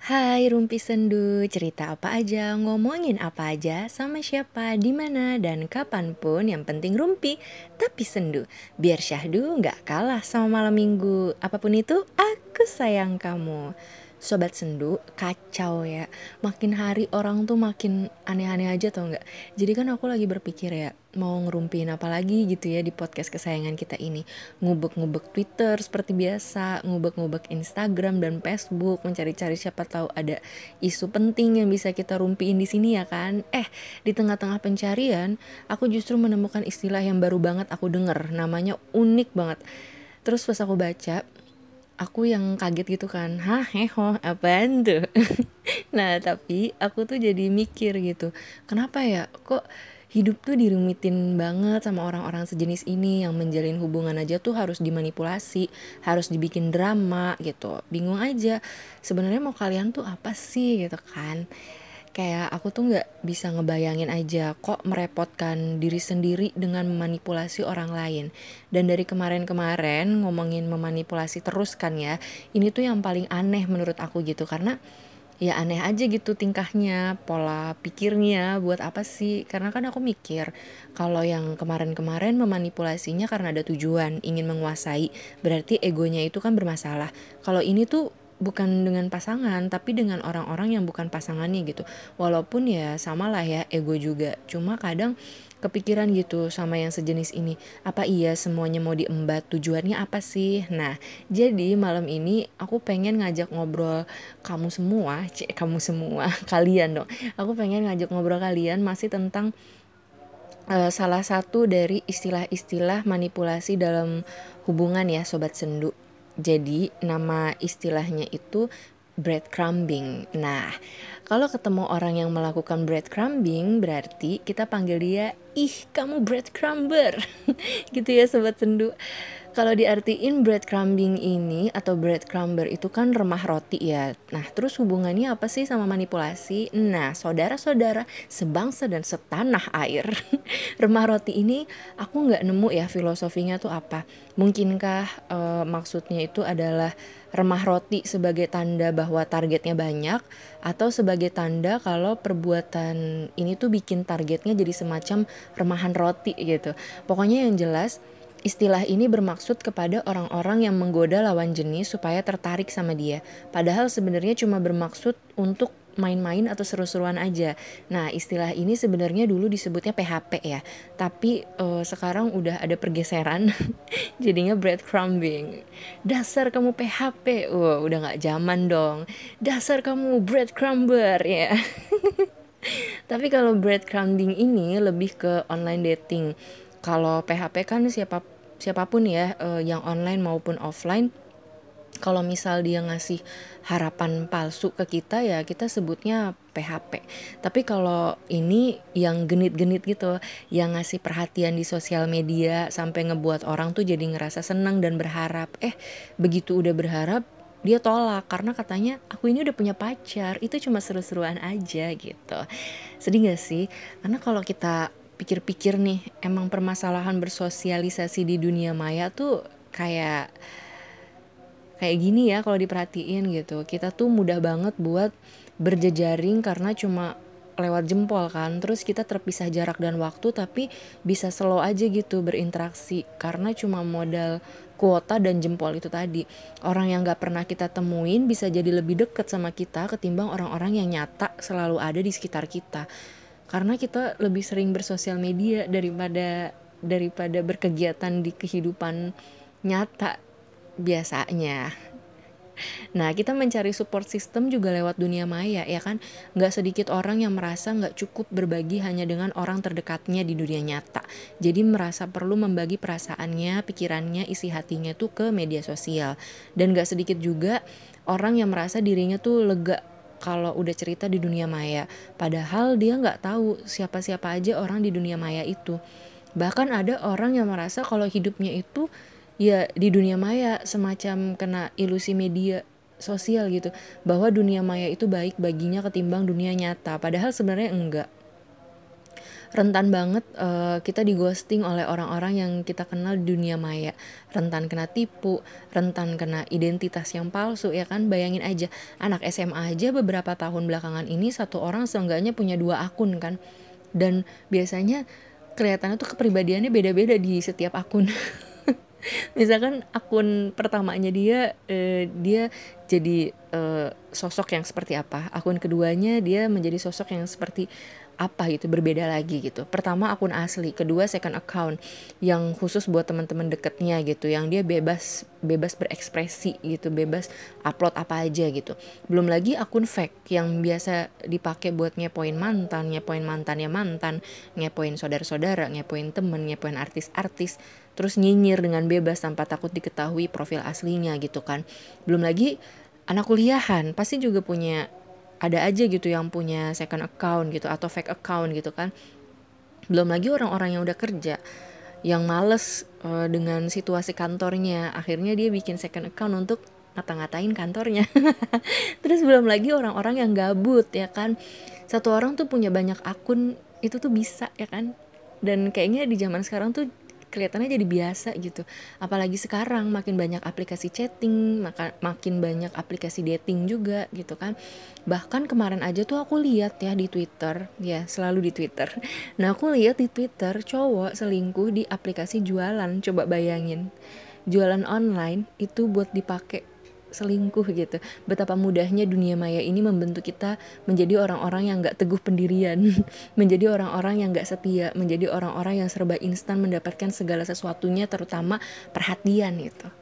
Hai Rumpi Sendu, cerita apa aja, ngomongin apa aja, sama siapa, di mana dan kapanpun, yang penting rumpi, tapi sendu. Biar syahdu nggak kalah sama malam minggu. Apapun itu, aku sayang kamu. Sobat Sendu, kacau ya. Makin hari orang tuh makin aneh-aneh aja tau nggak. Jadi kan aku lagi berpikir ya, mau ngerumpiin apa lagi gitu ya di podcast kesayangan kita ini. Ngubek-ngubek Twitter seperti biasa, ngubek-ngubek Instagram dan Facebook, mencari-cari siapa tahu ada isu penting yang bisa kita rumpiin di sini ya kan. Di tengah-tengah pencarian, aku justru menemukan istilah yang baru banget aku denger, namanya unik banget. Terus pas aku baca, aku yang kaget gitu kan, hah heho apaan tuh. Nah tapi aku tuh jadi mikir gitu, kenapa ya kok hidup tuh dirumitin banget sama orang-orang sejenis ini, yang menjalin hubungan aja tuh harus dimanipulasi, harus dibikin drama gitu. Bingung aja sebenarnya mau kalian tuh apa sih gitu kan. Kayak aku tuh nggak bisa ngebayangin aja kok merepotkan diri sendiri dengan memanipulasi orang lain. Dan dari kemarin-kemarin ngomongin memanipulasi terus kan ya, ini tuh yang paling aneh menurut aku gitu. Karena ya aneh aja gitu tingkahnya, pola pikirnya, buat apa sih? Karena kan aku mikir, kalau yang kemarin-kemarin memanipulasinya karena ada tujuan, ingin menguasai, berarti egonya itu kan bermasalah. Kalau ini tuh bukan dengan pasangan, tapi dengan orang-orang yang bukan pasangannya gitu. Walaupun ya samalah ya, ego juga. Cuma kadang kepikiran gitu sama yang sejenis ini. Apa iya semuanya mau diembat? Tujuannya apa sih? Nah, jadi malam ini aku pengen ngajak ngobrol kamu semua, kamu semua, kalian dong. Aku pengen ngajak ngobrol kalian masih tentang salah satu dari istilah-istilah manipulasi dalam hubungan ya Sobat Sendu. Jadi nama istilahnya itu breadcrumbing. Nah, kalau ketemu orang yang melakukan breadcrumbing, berarti kita panggil dia, ih kamu breadcrumber. Gitu ya Sobat Sendu. Kalau diartiin breadcrumbing ini atau breadcrumber itu kan remah roti ya. Nah, terus hubungannya apa sih sama manipulasi? Nah, saudara-saudara sebangsa dan setanah air. Remah roti ini aku nggak nemu ya filosofinya tuh apa. Mungkinkah maksudnya itu adalah remah roti sebagai tanda bahwa targetnya banyak, atau sebagai tanda kalau perbuatan ini tuh bikin targetnya jadi semacam remahan roti gitu. Pokoknya yang jelas istilah ini bermaksud kepada orang-orang yang menggoda lawan jenis supaya tertarik sama dia. Padahal sebenarnya cuma bermaksud untuk main-main atau seru-seruan aja. Nah, istilah ini sebenarnya dulu disebutnya PHP ya. Tapi sekarang udah ada pergeseran. Jadinya breadcrumbing. Dasar kamu PHP. Wah, udah nggak zaman dong. Dasar kamu breadcrumber ya. Tapi kalau breadcrumbing ini lebih ke online dating. Kalau PHP kan siapapun ya, yang online maupun offline, kalau misal dia ngasih harapan palsu ke kita ya kita sebutnya PHP. Tapi kalau ini yang genit-genit gitu, yang ngasih perhatian di sosial media sampai ngebuat orang tuh jadi ngerasa senang dan berharap. Begitu udah berharap dia tolak karena katanya aku ini udah punya pacar, itu cuma seru-seruan aja gitu. Sedih gak sih? Karena kalau kita pikir-pikir nih, emang permasalahan bersosialisasi di dunia maya tuh kayak kayak gini ya kalau diperhatiin gitu. Kita tuh mudah banget buat berjejaring karena cuma lewat jempol kan. Terus kita terpisah jarak dan waktu tapi bisa slow aja gitu berinteraksi karena cuma modal kuota dan jempol itu tadi. Orang yang gak pernah kita temuin bisa jadi lebih deket sama kita ketimbang orang-orang yang nyata selalu ada di sekitar kita. Karena kita lebih sering bersosial media daripada berkegiatan di kehidupan nyata biasanya. Nah, kita mencari support system juga lewat dunia maya, ya kan? Nggak sedikit orang yang merasa nggak cukup berbagi hanya dengan orang terdekatnya di dunia nyata. Jadi merasa perlu membagi perasaannya, pikirannya, isi hatinya tuh ke media sosial. Dan nggak sedikit juga orang yang merasa dirinya tuh lega kalau udah cerita di dunia maya. Padahal dia nggak tahu siapa-siapa aja orang di dunia maya itu. Bahkan ada orang yang merasa kalau hidupnya itu ya di dunia maya, semacam kena ilusi media sosial gitu, bahwa dunia maya itu baik baginya ketimbang dunia nyata, padahal sebenarnya enggak. Rentan banget, kita di-ghosting oleh orang-orang yang kita kenal di dunia maya. Rentan kena tipu, rentan kena identitas yang palsu, ya kan? Bayangin aja, anak SMA aja beberapa tahun belakangan ini satu orang seenggaknya punya 2 akun kan. Dan biasanya kelihatannya tuh kepribadiannya beda-beda di setiap akun. Misalkan akun pertamanya dia, dia jadi, sosok yang seperti apa, akun keduanya dia menjadi sosok yang seperti apa gitu, berbeda lagi gitu. Pertama akun asli, kedua second account yang khusus buat teman-teman deketnya gitu, yang dia bebas bebas berekspresi gitu, bebas upload apa aja gitu. Belum lagi akun fake yang biasa dipakai buat ngepoin mantan, ngepoin mantannya mantan, ngepoin saudara-saudara, ngepoin temen, ngepoin artis-artis, terus nyinyir dengan bebas tanpa takut diketahui profil aslinya gitu kan. Belum lagi anak kuliahan pasti juga punya, ada aja gitu yang punya second account gitu atau fake account gitu kan. Belum lagi orang-orang yang udah kerja yang males dengan situasi kantornya, akhirnya dia bikin second account untuk ngata-ngatain kantornya. Terus belum lagi orang-orang yang gabut ya kan, satu orang tuh punya banyak akun itu tuh bisa ya kan. Dan kayaknya di zaman sekarang tuh kelihatannya jadi biasa gitu, apalagi sekarang makin banyak aplikasi chatting, makin banyak aplikasi dating juga gitu kan. Bahkan kemarin aja tuh aku lihat ya di Twitter, ya selalu di Twitter. Nah aku lihat di Twitter cowok selingkuh di aplikasi jualan, coba bayangin, jualan online itu buat dipakai selingkuh gitu. Betapa mudahnya dunia maya ini membentuk kita menjadi orang-orang yang gak teguh pendirian, menjadi orang-orang yang gak setia, menjadi orang-orang yang serba instan mendapatkan segala sesuatunya, terutama perhatian gitu.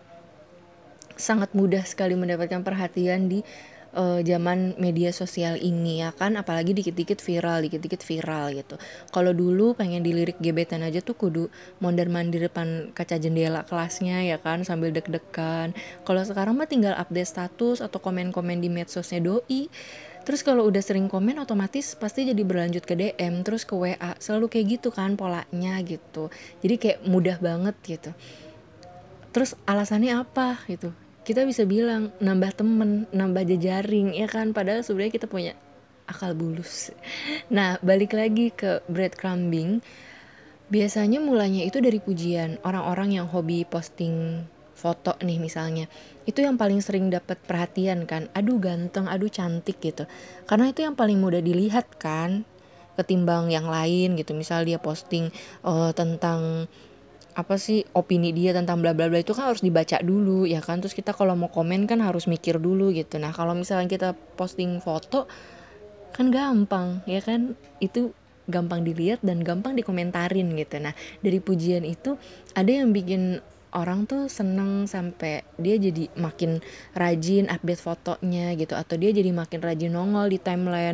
Sangat mudah sekali mendapatkan perhatian di zaman media sosial ini ya kan, apalagi dikit-dikit viral gitu. Kalau dulu pengen dilirik gebetan aja tuh kudu mondar-mandir depan kaca jendela kelasnya ya kan, sambil deg-degan. Kalau sekarang mah tinggal update status atau komen-komen di medsosnya doi. Terus kalau udah sering komen otomatis pasti jadi berlanjut ke DM, terus ke WA, selalu kayak gitu kan polanya gitu. Jadi kayak mudah banget gitu. Terus alasannya apa gitu, kita bisa bilang nambah temen, nambah jejaring ya kan, padahal sebenarnya kita punya akal bulus. Nah balik lagi ke breadcrumbing, biasanya mulanya itu dari pujian. Orang-orang yang hobi posting foto nih misalnya, itu yang paling sering dapat perhatian kan, aduh ganteng, aduh cantik gitu, karena itu yang paling mudah dilihat kan, ketimbang yang lain gitu. Misal dia posting tentang apa sih opini dia tentang bla bla bla, itu kan harus dibaca dulu ya kan, terus kita kalau mau komen kan harus mikir dulu gitu. Nah kalau misalnya kita posting foto kan gampang ya kan, itu gampang dilihat dan gampang dikomentarin gitu. Nah dari pujian itu ada yang bikin orang tuh seneng sampai dia jadi makin rajin update fotonya gitu, atau dia jadi makin rajin nongol di timeline,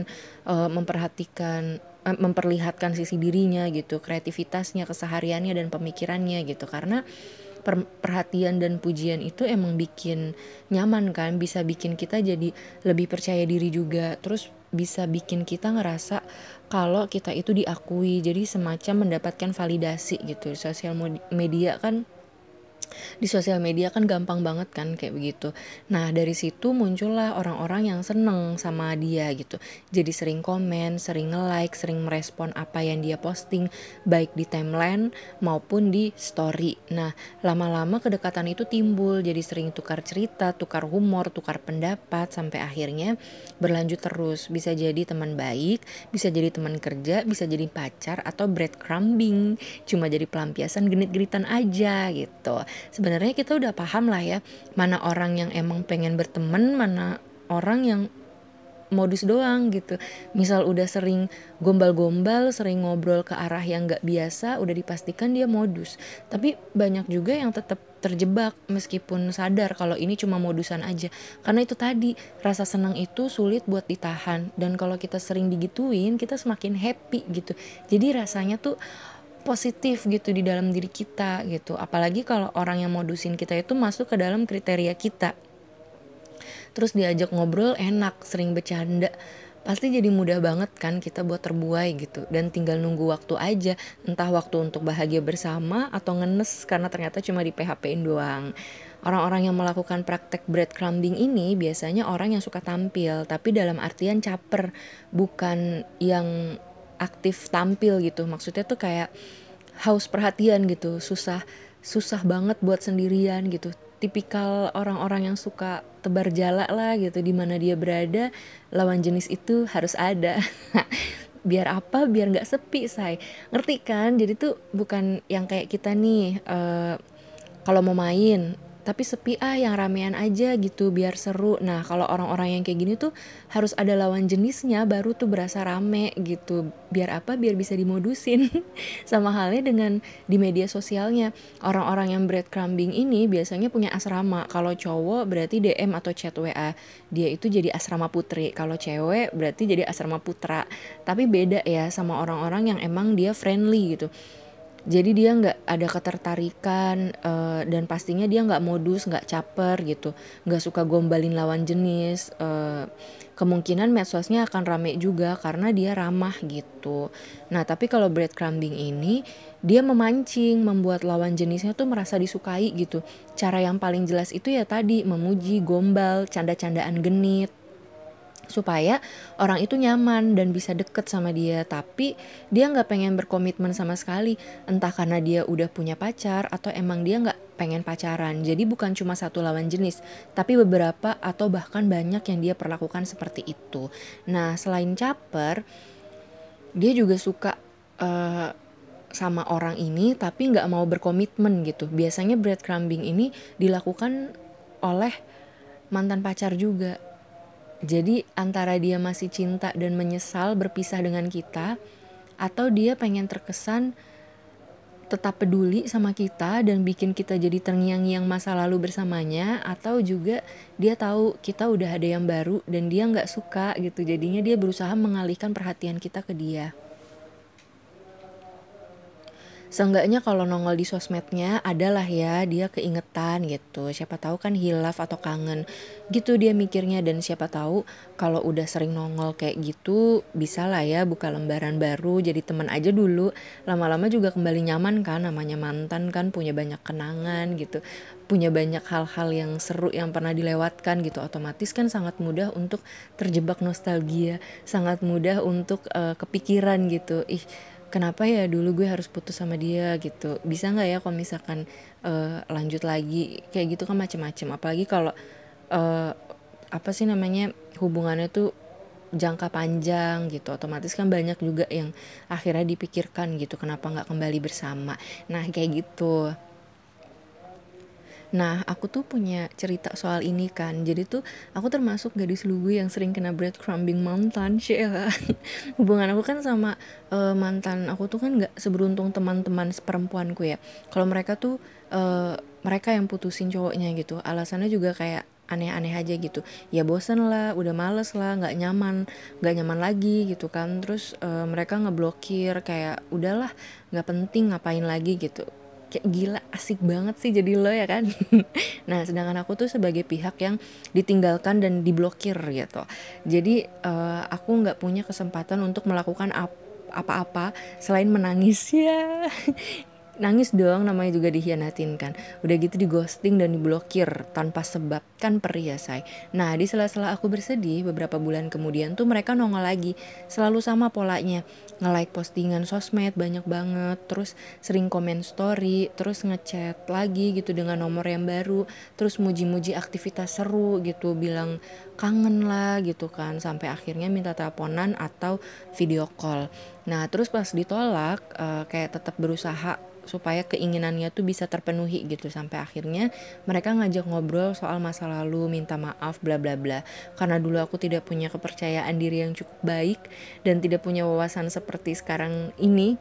memperlihatkan sisi dirinya gitu, kreativitasnya, kesehariannya dan pemikirannya gitu. Karena perhatian dan pujian itu emang bikin nyaman kan, bisa bikin kita jadi lebih percaya diri juga, terus bisa bikin kita ngerasa kalau kita itu diakui, jadi semacam mendapatkan validasi gitu. Sosial media kan, di sosial media kan gampang banget kan kayak begitu. Nah dari situ muncullah orang-orang yang seneng sama dia gitu, jadi sering komen, sering nge-like, sering merespon apa yang dia posting, baik di timeline maupun di story. Nah lama-lama kedekatan itu timbul, jadi sering tukar cerita, tukar humor, tukar pendapat, sampai akhirnya berlanjut terus. Bisa jadi teman baik, bisa jadi teman kerja, bisa jadi pacar, atau breadcrumbing, cuma jadi pelampiasan genit-genitan aja gitu. Sebenarnya kita udah paham lah ya, mana orang yang emang pengen berteman, mana orang yang modus doang gitu. Misal udah sering gombal-gombal, sering ngobrol ke arah yang gak biasa, udah dipastikan dia modus. Tapi banyak juga yang tetap terjebak meskipun sadar kalau ini cuma modusan aja. Karena itu tadi, rasa senang itu sulit buat ditahan, dan kalau kita sering digituin kita semakin happy gitu. Jadi rasanya tuh positif gitu di dalam diri kita gitu. Apalagi kalau orang yang modusin kita itu masuk ke dalam kriteria kita, terus diajak ngobrol enak, sering bercanda, pasti jadi mudah banget kan kita buat terbuai gitu. Dan tinggal nunggu waktu aja, entah waktu untuk bahagia bersama atau ngenes karena ternyata cuma di PHP-in doang. Orang-orang yang melakukan praktek breadcrumbing ini biasanya orang yang suka tampil, tapi dalam artian caper, bukan yang aktif tampil gitu. Maksudnya tuh kayak haus perhatian gitu, susah susah banget buat sendirian gitu. Tipikal orang-orang yang suka tebar jala lah gitu, di mana dia berada lawan jenis itu harus ada. Biar apa? Biar nggak sepi, say. Ngerti kan? Jadi tuh bukan yang kayak kita nih, kalau mau main tapi sepi yang ramean aja gitu biar seru. Nah kalau orang-orang yang kayak gini tuh harus ada lawan jenisnya baru tuh berasa rame gitu. Biar apa? Biar bisa dimodusin. Sama halnya dengan di media sosialnya, orang-orang yang breadcrumbing ini biasanya punya asrama. Kalau cowok berarti DM atau chat WA, dia itu jadi asrama putri. Kalau cewek berarti jadi asrama putra. Tapi beda ya sama orang-orang yang emang dia friendly gitu. Jadi dia nggak ada ketertarikan, dan pastinya dia nggak modus, nggak caper gitu, nggak suka gombalin lawan jenis. Kemungkinan medsosnya akan rame juga karena dia ramah gitu. Nah tapi kalau breadcrumbing ini dia memancing, membuat lawan jenisnya tuh merasa disukai gitu. Cara yang paling jelas itu ya tadi memuji, gombal, canda-candaan genit, supaya orang itu nyaman dan bisa deket sama dia. Tapi dia nggak pengen berkomitmen sama sekali, entah karena dia udah punya pacar atau emang dia nggak pengen pacaran. Jadi bukan cuma satu lawan jenis, tapi beberapa atau bahkan banyak yang dia perlakukan seperti itu. Nah selain caper, dia juga suka eh, sama orang ini tapi nggak mau berkomitmen gitu. Biasanya breadcrumbing ini dilakukan oleh mantan pacar juga. Jadi antara dia masih cinta dan menyesal berpisah dengan kita, atau dia pengen terkesan tetap peduli sama kita dan bikin kita jadi terngiang-ngiang masa lalu bersamanya, atau juga dia tahu kita udah ada yang baru dan dia nggak suka gitu, jadinya dia berusaha mengalihkan perhatian kita ke dia. Seenggaknya kalau nongol di sosmednya adalah ya dia keingetan gitu. Siapa tahu kan hilaf atau kangen gitu dia mikirnya. Dan siapa tahu kalau udah sering nongol kayak gitu bisa lah ya buka lembaran baru, jadi teman aja dulu. Lama-lama juga kembali nyaman kan, namanya mantan kan punya banyak kenangan gitu. Punya banyak hal-hal yang seru yang pernah dilewatkan gitu. Otomatis kan sangat mudah untuk terjebak nostalgia, sangat mudah untuk kepikiran gitu. Ih, kenapa ya dulu gue harus putus sama dia gitu, bisa nggak ya kalau misalkan lanjut lagi, kayak gitu kan macem-macem. Apalagi kalau eh, apa sih namanya, hubungannya tuh jangka panjang gitu, otomatis kan banyak juga yang akhirnya dipikirkan gitu, kenapa nggak kembali bersama. Nah kayak gitu. Nah, aku tuh punya cerita soal ini kan. Jadi tuh aku termasuk gadis lugu yang sering kena breadcrumbing mantan. Sheila. Hubungan aku kan sama mantan aku tuh kan nggak seberuntung teman-teman perempuanku ya. Kalau mereka tuh mereka yang putusin cowoknya gitu. Alasannya juga kayak aneh-aneh aja gitu. Ya bosen lah, udah males lah, nggak nyaman lagi gitu kan. Terus mereka ngeblokir kayak udahlah, nggak penting ngapain lagi gitu. Kayak gila asik banget sih jadi lo ya kan. Nah sedangkan aku tuh sebagai pihak yang ditinggalkan dan diblokir gitu. Jadi aku nggak punya kesempatan untuk melakukan apa-apa selain menangis ya. Nangis dong, namanya juga dikhianatin kan. Udah gitu di ghosting dan diblokir tanpa sebab, kan perih ya say. Nah di sela-sela aku bersedih beberapa bulan kemudian tuh mereka nongol lagi. Selalu sama polanya, nge-like postingan sosmed banyak banget, terus sering komen story, terus ngechat lagi gitu dengan nomor yang baru, terus muji-muji aktivitas seru gitu, bilang kangen lah gitu kan, sampai akhirnya minta teleponan atau video call. Nah terus pas ditolak kayak tetap berusaha supaya keinginannya tuh bisa terpenuhi gitu, sampai akhirnya mereka ngajak ngobrol soal masa lalu, minta maaf bla bla bla. Karena dulu aku tidak punya kepercayaan diri yang cukup baik dan tidak punya wawasan seperti sekarang ini,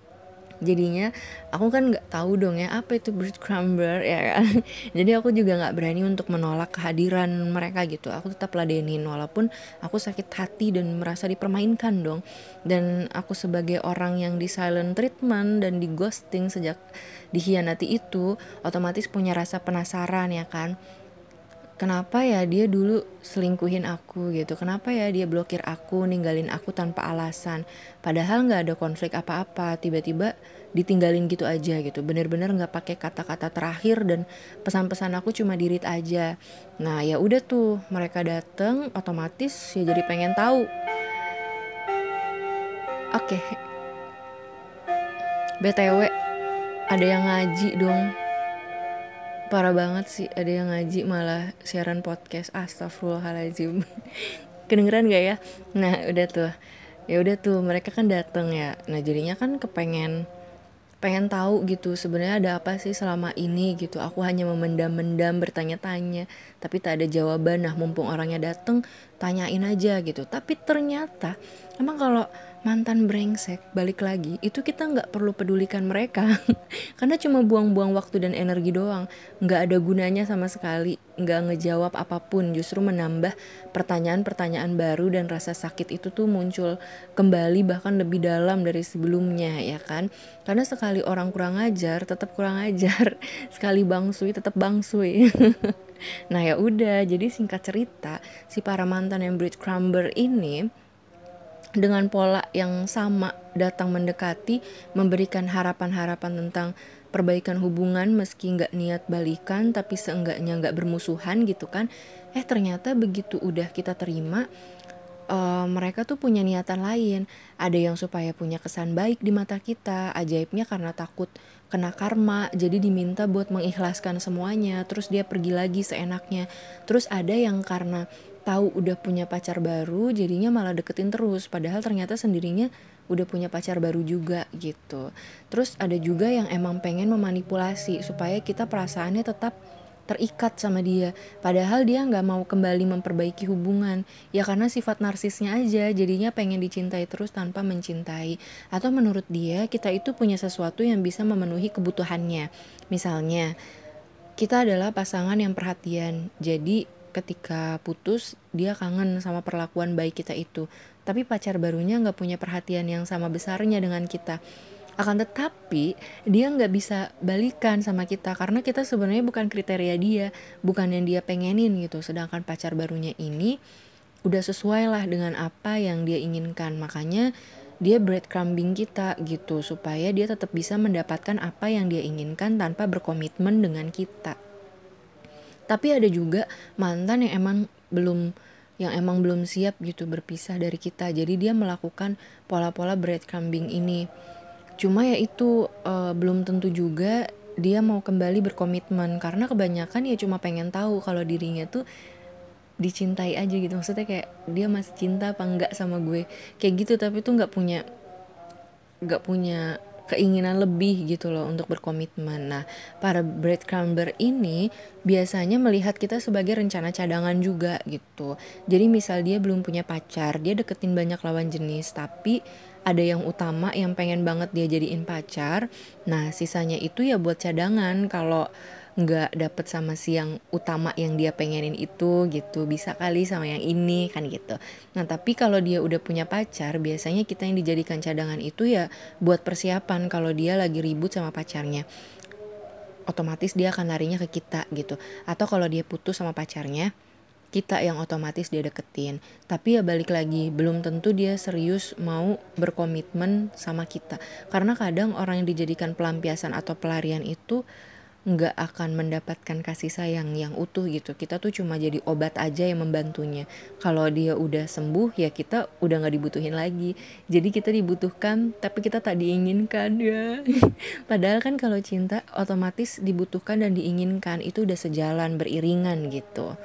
jadinya aku kan nggak tahu dong ya apa itu breadcrumber ya kan. Jadi aku juga nggak berani untuk menolak kehadiran mereka gitu, aku tetap ladenin walaupun aku sakit hati dan merasa dipermainkan dong. Dan aku sebagai orang yang di silent treatment dan di ghosting sejak dikhianati itu, otomatis punya rasa penasaran ya kan. Kenapa ya dia dulu selingkuhin aku gitu, kenapa ya dia blokir aku, ninggalin aku tanpa alasan, padahal nggak ada konflik apa-apa, tiba-tiba ditinggalin gitu aja gitu, bener-bener nggak pakai kata-kata terakhir dan pesan-pesan aku cuma di read aja. Nah ya udah tuh mereka dateng, otomatis ya jadi pengen tahu Oke, BTW ada yang ngaji dong. Parah banget sih, ada yang ngaji malah siaran podcast. Astagfirullahaladzim. Kedengeran gak ya? Nah, udah tuh. Ya udah tuh, mereka kan dateng ya. Nah, jadinya kan pengen tahu gitu sebenarnya ada apa sih selama ini gitu. Aku hanya memendam-mendam, bertanya-tanya, tapi tak ada jawaban. Nah, mumpung orangnya dateng, tanyain aja gitu. Tapi ternyata emang kalau mantan brengsek balik lagi itu kita nggak perlu pedulikan mereka karena cuma buang-buang waktu dan energi doang, nggak ada gunanya sama sekali, nggak ngejawab apapun, justru menambah pertanyaan-pertanyaan baru dan rasa sakit itu tuh muncul kembali bahkan lebih dalam dari sebelumnya ya kan. Karena sekali orang kurang ajar tetap kurang ajar, sekali bangsui tetap bangsui. Nah ya udah, jadi singkat cerita si para mantan yang breadcrumber ini dengan pola yang sama datang mendekati, memberikan harapan-harapan tentang perbaikan hubungan meski nggak niat balikan tapi seenggaknya nggak bermusuhan gitu kan. Ternyata begitu udah kita terima, mereka tuh punya niatan lain. Ada yang supaya punya kesan baik di mata kita, ajaibnya karena takut kena karma, jadi diminta buat mengikhlaskan semuanya, terus dia pergi lagi seenaknya. Terus ada yang karena tahu udah punya pacar baru, jadinya malah deketin terus, padahal ternyata sendirinya udah punya pacar baru juga gitu. Terus ada juga yang emang pengen memanipulasi supaya kita perasaannya tetap terikat sama dia, padahal dia nggak mau kembali memperbaiki hubungan ya karena sifat narsisnya aja, jadinya pengen dicintai terus tanpa mencintai. Atau menurut dia kita itu punya sesuatu yang bisa memenuhi kebutuhannya, misalnya kita adalah pasangan yang perhatian, jadi ketika putus dia kangen sama perlakuan baik kita itu, tapi pacar barunya nggak punya perhatian yang sama besarnya dengan kita. Akan tetapi dia nggak bisa balikan sama kita karena kita sebenarnya bukan kriteria dia, bukan yang dia pengenin gitu. Sedangkan pacar barunya ini udah sesuai lah dengan apa yang dia inginkan. Makanya dia breadcrumbing kita gitu supaya dia tetap bisa mendapatkan apa yang dia inginkan tanpa berkomitmen dengan kita. Tapi ada juga mantan yang emang belum siap gitu berpisah dari kita. Jadi dia melakukan pola-pola breadcrumbing ini. Cuma ya itu belum tentu juga dia mau kembali berkomitmen karena kebanyakan ya cuma pengen tahu kalau dirinya tuh dicintai aja gitu. Maksudnya kayak dia masih cinta apa enggak sama gue. Kayak gitu tapi tuh nggak punya keinginan lebih gitu loh untuk berkomitmen. Nah, para breadcrumber ini biasanya melihat kita sebagai rencana cadangan juga gitu. Jadi misal dia belum punya pacar, dia deketin banyak lawan jenis, tapi ada yang utama yang pengen banget dia jadiin pacar. Nah, sisanya itu ya buat cadangan kalau nggak dapet sama si yang utama yang dia pengenin itu gitu, bisa kali sama yang ini kan gitu. Nah tapi kalau dia udah punya pacar, biasanya kita yang dijadikan cadangan itu ya buat persiapan kalau dia lagi ribut sama pacarnya, otomatis dia akan larinya ke kita gitu. Atau kalau dia putus sama pacarnya, kita yang otomatis dia deketin. Tapi ya balik lagi, belum tentu dia serius mau berkomitmen sama kita. Karena kadang orang yang dijadikan pelampiasan atau pelarian itu nggak akan mendapatkan kasih sayang yang utuh gitu. Kita tuh cuma jadi obat aja yang membantunya. Kalau dia udah sembuh ya kita udah nggak dibutuhin lagi. Jadi kita dibutuhkan tapi kita tak diinginkan ya. Padahal kan kalau cinta otomatis dibutuhkan dan diinginkan itu udah sejalan beriringan gitu.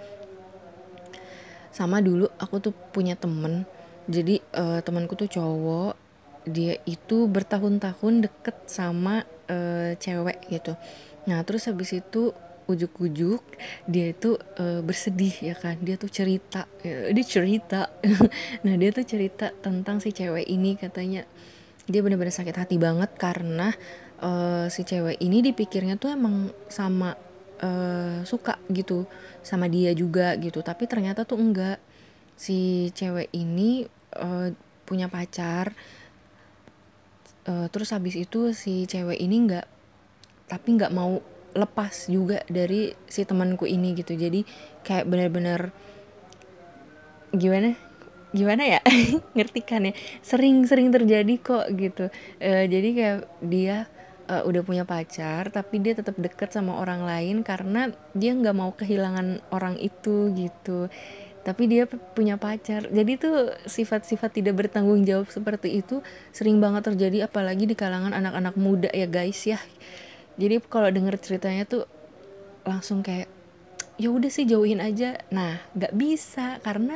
Sama dulu aku tuh punya temen, jadi temanku tuh cowok, dia itu bertahun-tahun deket sama cewek gitu. Nah terus habis itu ujuk-ujuk dia itu bersedih ya kan, dia tuh cerita, dia cerita. Nah dia tuh cerita tentang si cewek ini, katanya dia benar-benar sakit hati banget karena si cewek ini dipikirnya tuh emang sama suka gitu sama dia juga gitu, tapi ternyata tuh enggak. Si cewek ini punya pacar, terus habis itu si cewek ini nggak mau lepas juga dari si temanku ini gitu. Jadi kayak benar-benar gimana gimana ya, ngerti kan ya, sering-sering terjadi kok gitu. Jadi kayak dia udah punya pacar tapi dia tetap deket sama orang lain karena dia nggak mau kehilangan orang itu gitu. tapi dia punya pacar. Jadi tuh sifat-sifat tidak bertanggung jawab seperti itu sering banget terjadi, apalagi di kalangan anak-anak muda ya guys ya. Jadi kalau denger ceritanya tuh langsung kayak ya udah sih jauhin aja. Nah nggak bisa,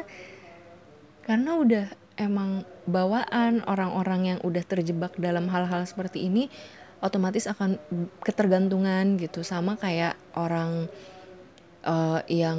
karena udah emang bawaan orang-orang yang udah terjebak dalam hal-hal seperti ini otomatis akan ketergantungan gitu, sama kayak orang yang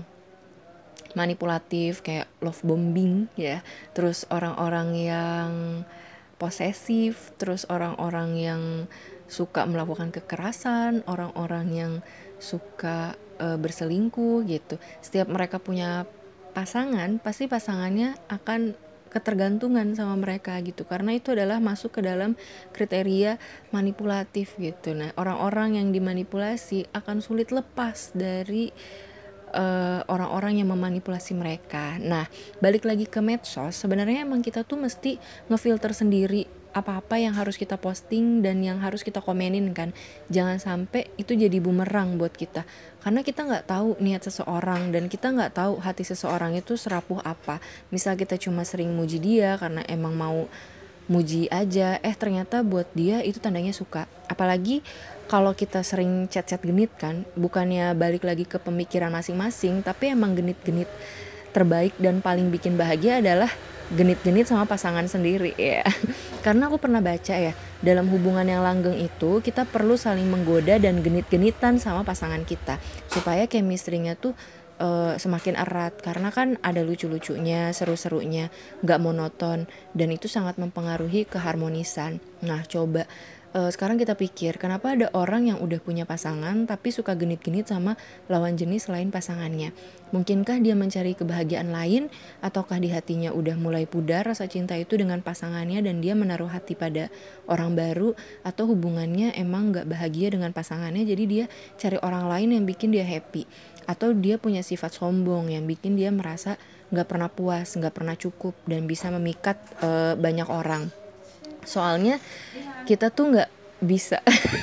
manipulatif kayak love bombing ya, terus orang-orang yang posesif, terus orang-orang yang suka melakukan kekerasan, orang-orang yang suka berselingkuh gitu. Setiap mereka punya pasangan, pasti pasangannya akan ketergantungan sama mereka gitu, karena itu adalah masuk ke dalam kriteria manipulatif gitu. Nah, orang-orang yang dimanipulasi akan sulit lepas dari orang-orang yang memanipulasi mereka. Nah, balik lagi ke medsos, sebenarnya emang kita tuh mesti ngefilter sendiri apa-apa yang harus kita posting dan yang harus kita komenin kan. Jangan sampai itu jadi bumerang buat kita. Karena kita nggak tahu niat seseorang dan kita nggak tahu hati seseorang itu serapuh apa. Misal kita cuma sering muji dia karena emang mau muji aja, ternyata buat dia itu tandanya suka. Apalagi kalau kita sering chat-chat genit kan, bukannya balik lagi ke pemikiran masing-masing, tapi emang genit-genit terbaik dan paling bikin bahagia adalah genit-genit sama pasangan sendiri ya. Karena aku pernah baca ya, dalam hubungan yang langgeng itu kita perlu saling menggoda dan genit-genitan sama pasangan kita supaya chemistry-nya tuh semakin erat, karena kan ada lucu-lucunya, seru-serunya, nggak monoton, dan itu sangat mempengaruhi keharmonisan. Nah coba sekarang kita pikir, kenapa ada orang yang udah punya pasangan tapi suka genit-genit sama lawan jenis selain pasangannya? Mungkinkah dia mencari kebahagiaan lain, ataukah di hatinya udah mulai pudar rasa cinta itu dengan pasangannya dan dia menaruh hati pada orang baru, atau hubungannya emang gak bahagia dengan pasangannya jadi dia cari orang lain yang bikin dia happy, atau dia punya sifat sombong yang bikin dia merasa gak pernah puas, gak pernah cukup, dan bisa memikat banyak orang. Soalnya kita tuh nggak bisa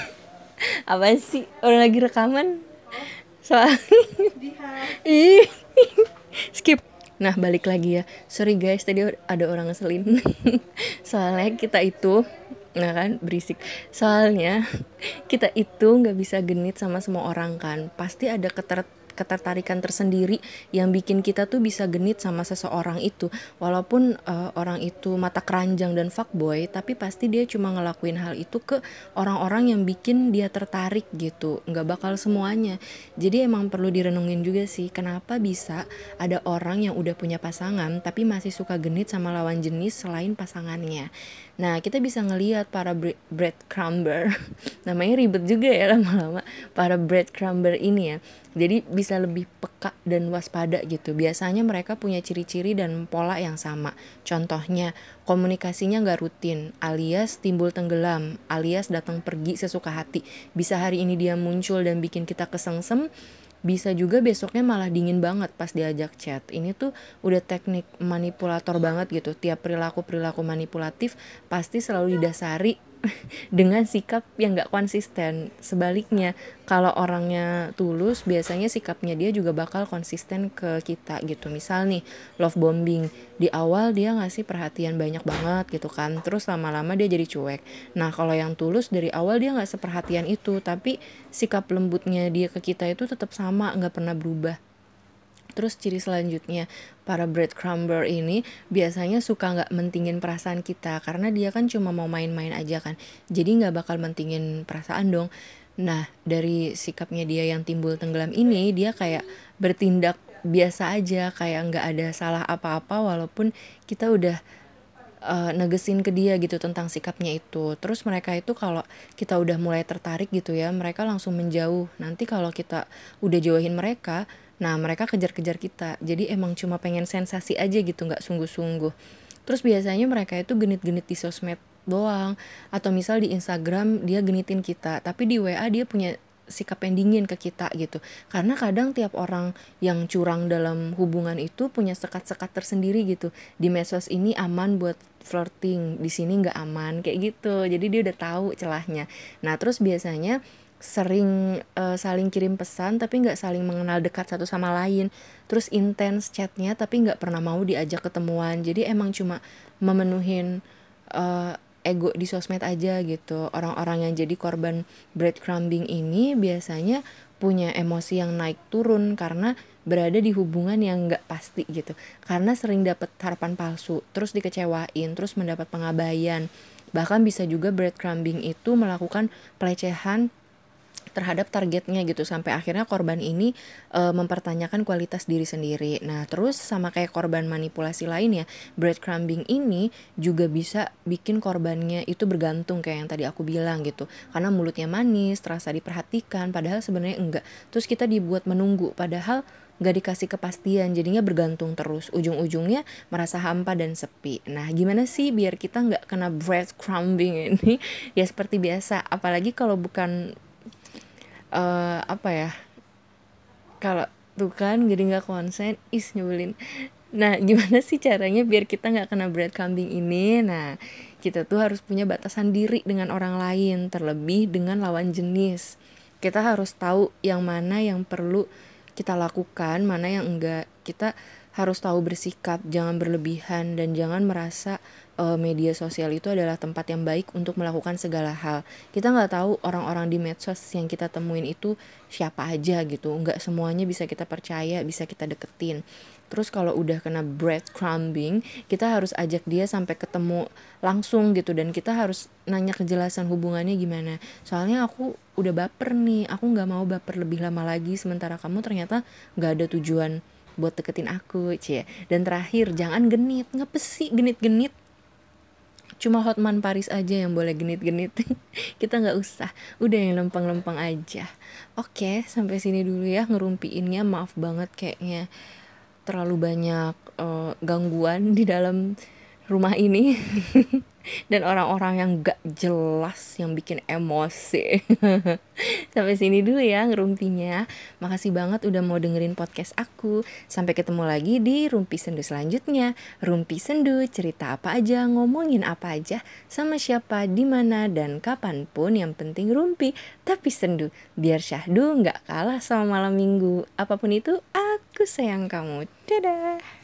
apa sih, orang lagi rekaman soal ih skip. Nah balik lagi ya, sorry guys tadi ada orang ngeselin. Soalnya kita itu, nah kan berisik, soalnya kita itu nggak bisa genit sama semua orang kan, pasti ada ketertarikan tersendiri yang bikin kita tuh bisa genit sama seseorang itu, walaupun orang itu mata keranjang dan fuckboy, tapi pasti dia cuma ngelakuin hal itu ke orang-orang yang bikin dia tertarik gitu, nggak bakal semuanya. Jadi emang perlu direnungin juga sih, kenapa bisa ada orang yang udah punya pasangan tapi masih suka genit sama lawan jenis selain pasangannya. Nah kita bisa ngelihat para breadcrumber namanya ribet juga ya lama-lama, para breadcrumber ini ya. Jadi bisa lebih peka dan waspada gitu. Biasanya mereka punya ciri-ciri dan pola yang sama. Contohnya, komunikasinya nggak rutin, alias timbul tenggelam, alias datang pergi sesuka hati. Bisa hari ini dia muncul dan bikin kita kesengsem, bisa juga besoknya malah dingin banget pas diajak chat. Ini tuh udah teknik manipulator banget gitu. Tiap perilaku-perilaku manipulatif pasti selalu didasari dengan sikap yang gak konsisten. Sebaliknya, kalau orangnya tulus, biasanya sikapnya dia juga bakal konsisten ke kita gitu. Misal nih, love bombing. Di awal dia ngasih perhatian banyak banget gitu kan, terus lama-lama dia jadi cuek. Nah, kalau yang tulus dari awal dia gak seperhatian itu, tapi sikap lembutnya dia ke kita itu tetap sama, gak pernah berubah. Terus ciri selanjutnya, para breadcrumber ini biasanya suka gak mentingin perasaan kita, karena dia kan cuma mau main-main aja kan, jadi gak bakal mentingin perasaan dong. Nah dari sikapnya dia yang timbul tenggelam ini, dia kayak bertindak biasa aja, kayak gak ada salah apa-apa walaupun kita udah negesin ke dia gitu tentang sikapnya itu. Terus mereka itu kalau kita udah mulai tertarik gitu ya, mereka langsung menjauh. Nanti kalau kita udah jauhin mereka, nah mereka kejar-kejar kita. Jadi emang cuma pengen sensasi aja gitu, gak sungguh-sungguh. Terus biasanya mereka itu genit-genit di sosmed doang, atau misal di Instagram dia genitin kita, tapi di WA dia punya sikap yang dingin ke kita gitu. Karena kadang tiap orang yang curang dalam hubungan itu punya sekat-sekat tersendiri gitu. Di medsos ini aman buat flirting, di sini nggak aman kayak gitu. Jadi dia udah tahu celahnya. Nah terus biasanya sering saling kirim pesan tapi nggak saling mengenal dekat satu sama lain. Terus intens chatnya tapi nggak pernah mau diajak ketemuan. Jadi emang cuma memenuhin eh, ego di sosmed aja gitu. Orang-orang yang jadi korban breadcrumbing ini biasanya punya emosi yang naik turun karena berada di hubungan yang nggak pasti gitu. Karena sering dapat harapan palsu, terus dikecewain, terus mendapat pengabaian. Bahkan bisa juga breadcrumbing itu melakukan pelecehan terhadap targetnya gitu sampai akhirnya korban ini mempertanyakan kualitas diri sendiri. Nah, terus sama kayak korban manipulasi lainnya, breadcrumbing ini juga bisa bikin korbannya itu bergantung kayak yang tadi aku bilang gitu. Karena mulutnya manis, terasa diperhatikan, padahal sebenarnya enggak. Terus kita dibuat menunggu, padahal gak dikasih kepastian, jadinya bergantung terus. Ujung-ujungnya merasa hampa dan sepi. Nah, gimana sih biar kita nggak kena breadcrumbing ini? Ya seperti biasa, apalagi kalau bukan apa ya, kalau tuh kan jadi nggak konsen, nyebelin. Nah, gimana sih caranya biar kita nggak kena breadcrumbing ini? Nah, kita tuh harus punya batasan diri dengan orang lain, terlebih dengan lawan jenis. Kita harus tahu yang mana yang perlu kita lakukan, mana yang enggak. Kita harus tahu bersikap, jangan berlebihan, dan jangan merasa media sosial itu adalah tempat yang baik untuk melakukan segala hal. Kita nggak tahu orang-orang di medsos yang kita temuin itu siapa aja gitu. Nggak semuanya bisa kita percaya, bisa kita deketin. Terus kalau udah kena breadcrumbing, kita harus ajak dia sampai ketemu langsung gitu, dan kita harus nanya kejelasan hubungannya gimana. Soalnya aku udah baper nih, aku nggak mau baper lebih lama lagi sementara kamu ternyata nggak ada tujuan buat deketin aku, cie. Dan terakhir, jangan genit, ngapes sih genit-genit. Cuma Hotman Paris aja yang boleh genit-genit. Kita nggak usah, udah yang lempeng-lempeng aja. Oke, sampai sini dulu ya ngerumpiinnya. Maaf banget kayaknya terlalu banyak gangguan di dalam rumah ini. Dan orang-orang yang gak jelas yang bikin emosi. Sampai sini dulu ya ngerumpinya. Makasih banget udah mau dengerin podcast aku. Sampai ketemu lagi di Rumpi Sendu selanjutnya. Rumpi Sendu, cerita apa aja, ngomongin apa aja, sama siapa, di mana dan kapanpun, yang penting rumpi tapi sendu. Biar syahdu gak kalah sama malam minggu. Apapun itu, aku sayang kamu. Dadah.